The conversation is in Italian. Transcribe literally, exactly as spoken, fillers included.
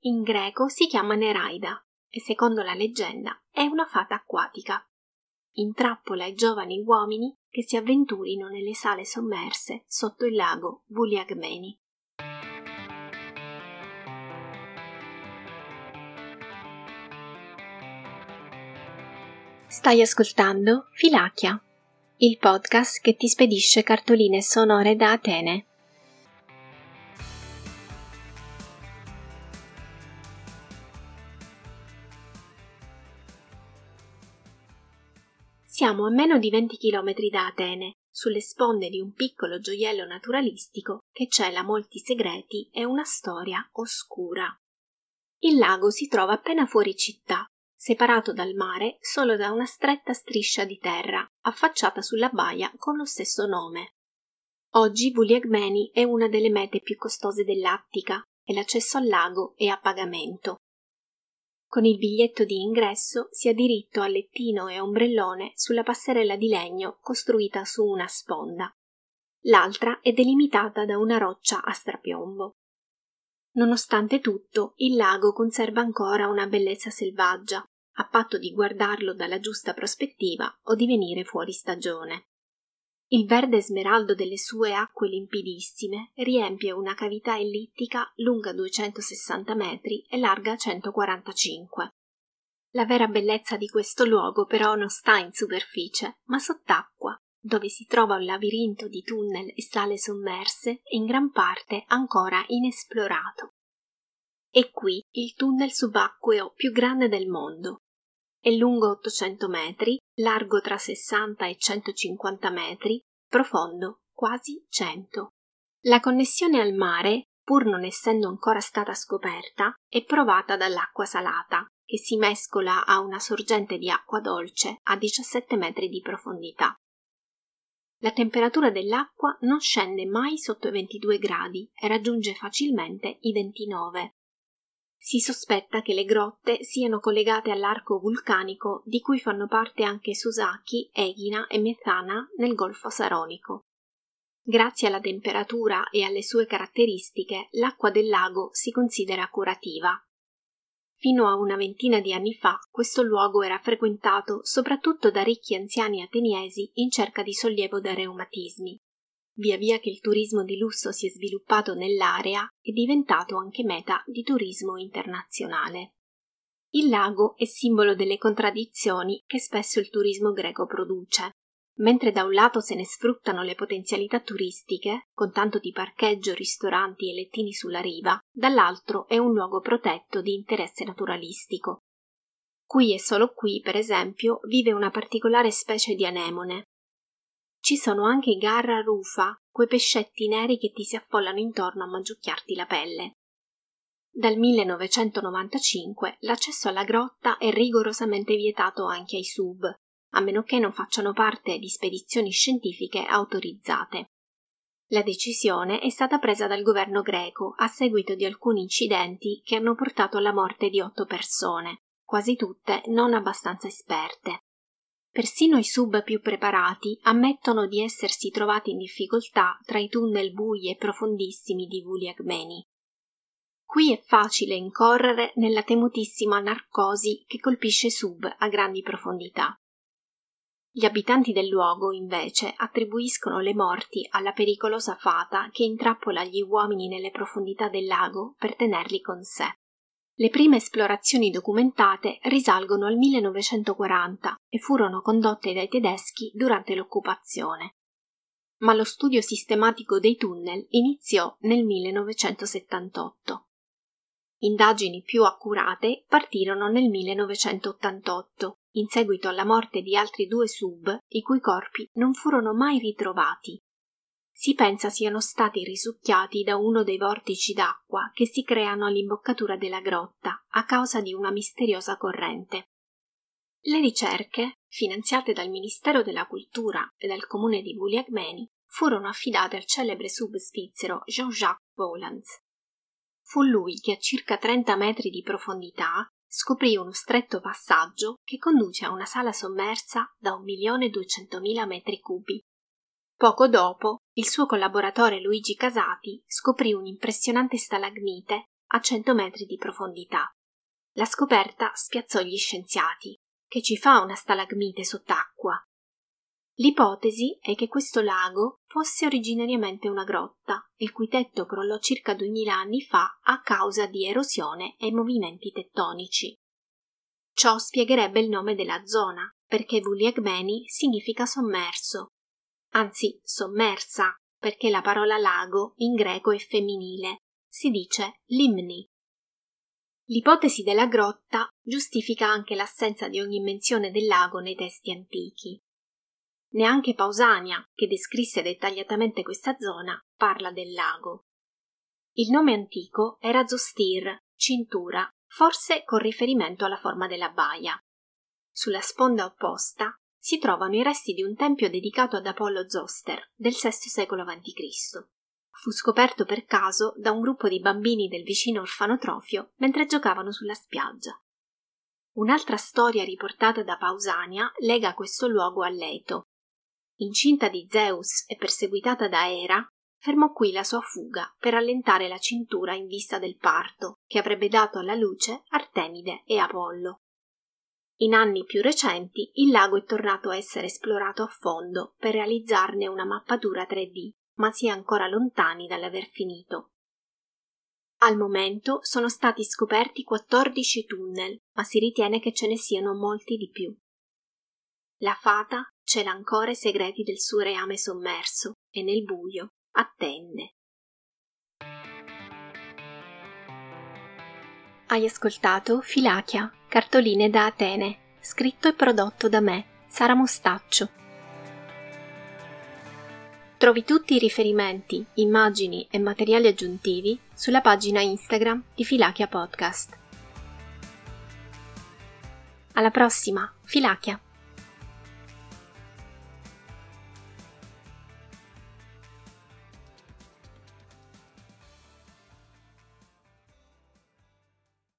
In greco si chiama Nereida e secondo la leggenda è una fata acquatica. Intrappola i giovani uomini che si avventurino nelle sale sommerse sotto il lago Vouliagmeni. Stai ascoltando Filachia, il podcast che ti spedisce cartoline sonore da Atene. Siamo a meno di venti chilometri da Atene, sulle sponde di un piccolo gioiello naturalistico che cela molti segreti e una storia oscura. Il lago si trova appena fuori città, separato dal mare solo da una stretta striscia di terra, affacciata sulla baia con lo stesso nome. Oggi Vouliagmeni è una delle mete più costose dell'Attica e l'accesso al lago è a pagamento. Con il biglietto di ingresso si ha diritto a lettino e ombrellone sulla passerella di legno costruita su una sponda. L'altra è delimitata da una roccia a strapiombo. Nonostante tutto, il lago conserva ancora una bellezza selvaggia, a patto di guardarlo dalla giusta prospettiva o di venire fuori stagione. Il verde smeraldo delle sue acque limpidissime riempie una cavità ellittica lunga duecentosessanta metri e larga centoquarantacinque. La vera bellezza di questo luogo però non sta in superficie, ma sott'acqua, dove si trova un labirinto di tunnel e sale sommerse in gran parte ancora inesplorato. È qui il tunnel subacqueo più grande del mondo. È lungo ottocento metri, largo tra sessanta e centocinquanta metri, profondo quasi cento. La connessione al mare, pur non essendo ancora stata scoperta, è provata dall'acqua salata, che si mescola a una sorgente di acqua dolce a diciassette metri di profondità. La temperatura dell'acqua non scende mai sotto i ventidue gradi e raggiunge facilmente i ventinove. Si sospetta che le grotte siano collegate all'arco vulcanico di cui fanno parte anche Susaki, Egina e Methana nel Golfo Saronico. Grazie alla temperatura e alle sue caratteristiche, l'acqua del lago si considera curativa. Fino a una ventina di anni fa, questo luogo era frequentato soprattutto da ricchi anziani ateniesi in cerca di sollievo da reumatismi. Via via che il turismo di lusso si è sviluppato nell'area, è diventato anche meta di turismo internazionale. Il lago è simbolo delle contraddizioni che spesso il turismo greco produce. Mentre da un lato se ne sfruttano le potenzialità turistiche, con tanto di parcheggio, ristoranti e lettini sulla riva, dall'altro è un luogo protetto di interesse naturalistico. Qui e solo qui, per esempio, vive una particolare specie di anemone. Ci sono anche i garra rufa, quei pescetti neri che ti si affollano intorno a mangiucchiarti la pelle. Dal millenovecentonovantacinque l'accesso alla grotta è rigorosamente vietato anche ai sub, a meno che non facciano parte di spedizioni scientifiche autorizzate. La decisione è stata presa dal governo greco a seguito di alcuni incidenti che hanno portato alla morte di otto persone, quasi tutte non abbastanza esperte. Persino i sub più preparati ammettono di essersi trovati in difficoltà tra i tunnel bui e profondissimi di Vouliagmeni. Qui è facile incorrere nella temutissima narcosi che colpisce sub a grandi profondità. Gli abitanti del luogo, invece, attribuiscono le morti alla pericolosa fata che intrappola gli uomini nelle profondità del lago per tenerli con sé. Le prime esplorazioni documentate risalgono al millenovecentoquaranta e furono condotte dai tedeschi durante l'occupazione. Ma lo studio sistematico dei tunnel iniziò nel millenovecentosettantotto. Indagini più accurate partirono nel millenovecentottantotto, in seguito alla morte di altri due sub, i cui corpi non furono mai ritrovati. Si pensa siano stati risucchiati da uno dei vortici d'acqua che si creano all'imboccatura della grotta a causa di una misteriosa corrente. Le ricerche, finanziate dal Ministero della Cultura e dal comune di Vouliagmeni, furono affidate al celebre sub svizzero Jean-Jacques Volans. Fu lui che a circa trenta metri di profondità scoprì uno stretto passaggio che conduce a una sala sommersa da un milione duecentomila metri cubi. Poco dopo, il suo collaboratore Luigi Casati scoprì un'impressionante stalagmite a cento metri di profondità. La scoperta spiazzò gli scienziati. Che ci fa una stalagmite sott'acqua? L'ipotesi è che questo lago fosse originariamente una grotta, il cui tetto crollò circa duemila anni fa a causa di erosione e movimenti tettonici. Ciò spiegherebbe il nome della zona, perché Vouliagmeni significa sommerso, anzi sommersa, perché la parola lago in greco è femminile, si dice limni. L'ipotesi della grotta giustifica anche l'assenza di ogni menzione del lago nei testi antichi. Neanche Pausania, che descrisse dettagliatamente questa zona, parla del lago. Il nome antico era Zostir, cintura, forse con riferimento alla forma della baia. Sulla sponda opposta si trovano i resti di un tempio dedicato ad Apollo Zoster del sesto secolo avanti Cristo. Fu scoperto per caso da un gruppo di bambini del vicino orfanotrofio mentre giocavano sulla spiaggia. Un'altra storia riportata da Pausania lega questo luogo a Leto. Incinta di Zeus e perseguitata da Era, fermò qui la sua fuga per allentare la cintura in vista del parto che avrebbe dato alla luce Artemide e Apollo. In anni più recenti il lago è tornato a essere esplorato a fondo per realizzarne una mappatura tre D, ma si è ancora lontani dall'aver finito. Al momento sono stati scoperti quattordici tunnel, ma si ritiene che ce ne siano molti di più. La fata cela ancora i segreti del suo reame sommerso e nel buio attende. Hai ascoltato Filachia, cartoline da Atene, scritto e prodotto da me, Sara Mostaccio. Trovi tutti i riferimenti, immagini e materiali aggiuntivi sulla pagina Instagram di Filachia Podcast. Alla prossima, Filachia!